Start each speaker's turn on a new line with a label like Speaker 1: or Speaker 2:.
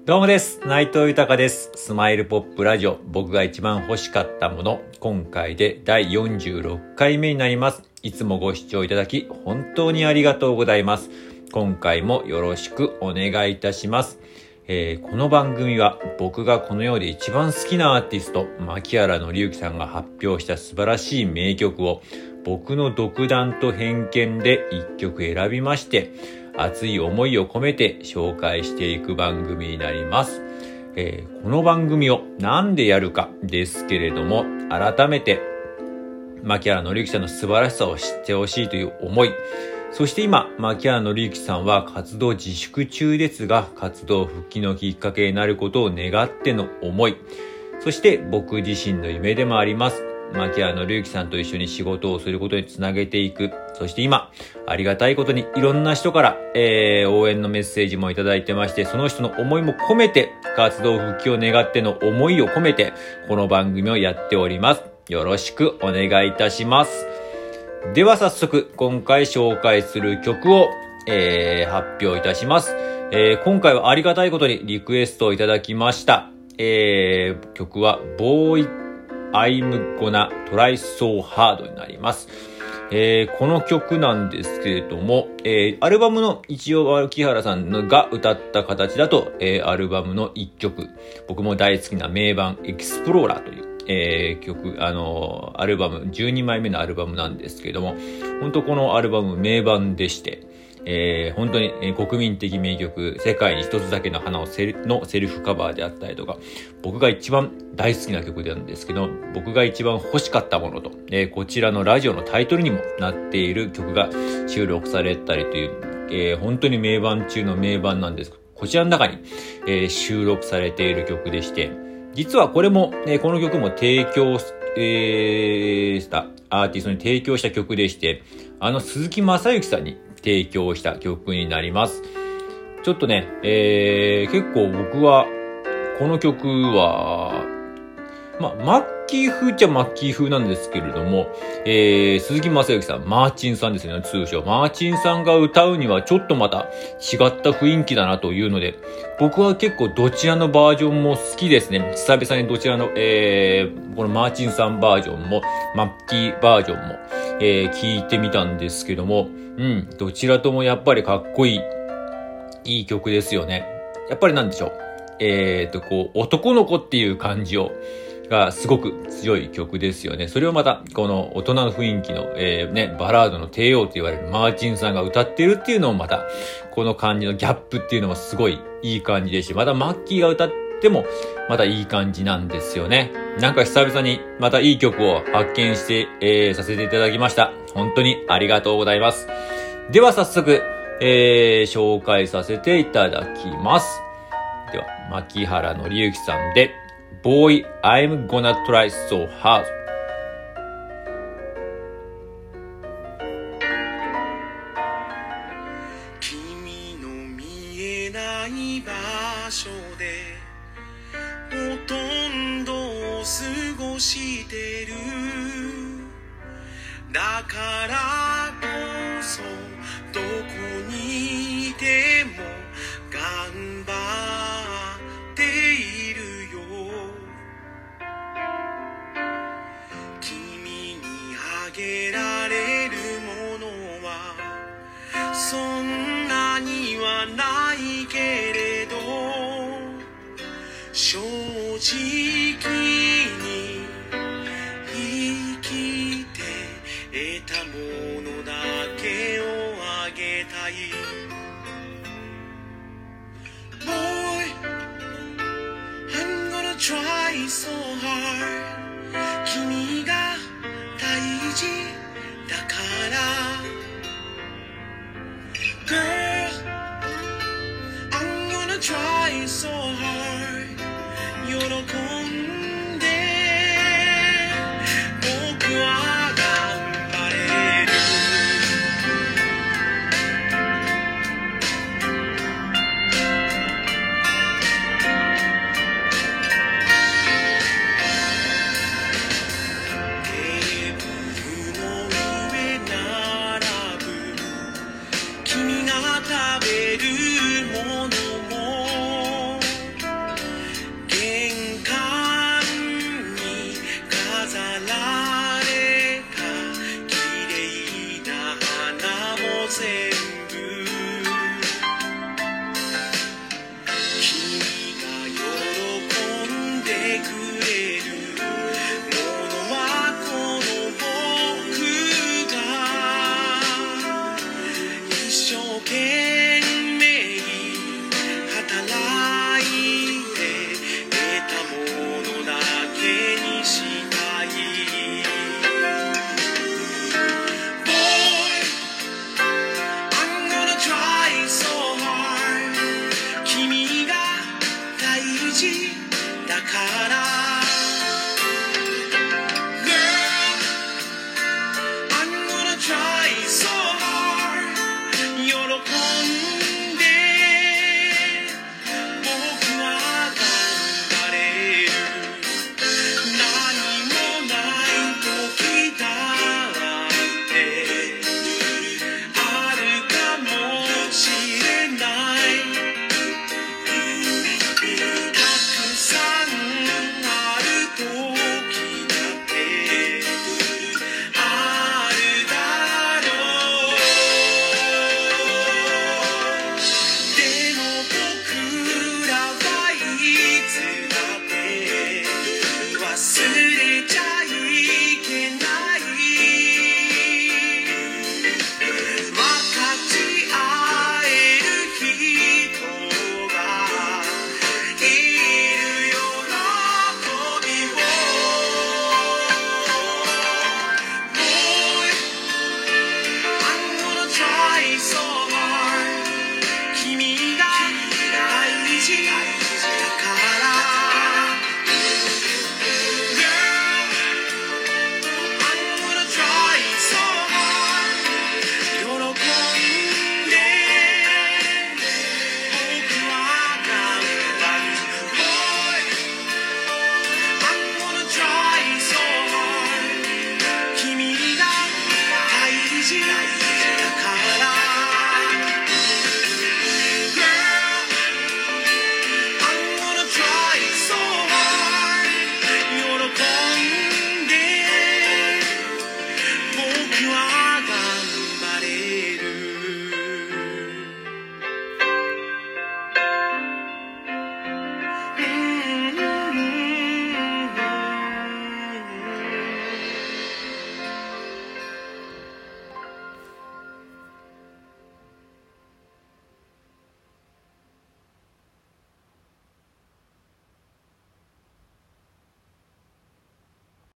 Speaker 1: どうもです。内藤豊です。スマイルポップラジオ、僕が一番欲しかったもの、今回で第46回目になります。いつもご視聴いただき本当にありがとうございます。今回もよろしくお願いいたします。この番組は僕がこの世で一番好きなアーティスト、牧原紀之さんが発表した素晴らしい名曲を僕の独断と偏見で一曲選びまして、熱い思いを込めて紹介していく番組になります。この番組をなんでやるかですけれども、改めて牧原紀之さんの素晴らしさを知ってほしいという思い、そして今牧原紀之さんは活動自粛中ですが、活動復帰のきっかけになることを願っての思い、そして僕自身の夢でもあります牧原紀之さんと一緒に仕事をすることにつなげていく。そして今ありがたいことにいろんな人から、応援のメッセージもいただいてまして、その人の思いも込めて、活動復帰を願っての思いを込めてこの番組をやっております。よろしくお願いいたします。では早速今回紹介する曲を、発表いたします。今回はありがたいことにリクエストをいただきました。曲はBoy I'm Gonna Try So Hard になります。この曲なんですけれども、アルバムの一応木原さんが歌った形だと、アルバムの一曲、僕も大好きな名盤エクスプローラーという、曲、アルバム12枚目のアルバムなんですけれども、本当このアルバム名盤でして、本当に国民的名曲、世界に一つだけの花のセルフカバーであったりとか、僕が一番大好きな曲なんですけど、僕が一番欲しかったものと、こちらのラジオのタイトルにもなっている曲が収録されたりという、本当に名盤中の名盤なんです。こちらの中に、収録されている曲でして、実はこれも、この曲も提供したアーティストに提供した曲でして、鈴木雅之さんに提供した曲になります。ちょっとね、結構僕はこの曲はマッキー風っちゃマッキー風なんですけれども、鈴木雅之さん、マーチンさんですね、通称マーチンさんが歌うにはちょっとまた違った雰囲気だなというので、僕は結構どちらのバージョンも好きですね。久々にどちらの、このマーチンさんバージョンもマッキーバージョンも、聞いてみたんですけども、どちらともやっぱりかっこいい、いい曲ですよね。やっぱりなんでしょう。こう、男の子っていう感じがすごく強い曲ですよね。それをまた、この大人の雰囲気の、バラードの帝王と言われるマーチンさんが歌ってるっていうのもまた、この感じのギャップっていうのもすごいいい感じですし、またマッキーが歌っても、またいい感じなんですよね。なんか久々にまたいい曲を発見して、させていただきました。本当にありがとうございます。では早速、紹介させていただきます。では、牧原紀之さんで、Boy, I'm Gonna Try So Hard。
Speaker 2: 君の見えない場所でほとんどを過ごしてる。だからこそどこにいても頑張っているよ。君にあげられるものはそんなにはないけれど、正直に生きて得たものだけをあげたい。 Boy, I'm gonna try so hard。 君が大事だから Girl, I'm gonna try so hard。 喜んで僕は頑張れる。テーブルの上並ぶ君が食べるものもから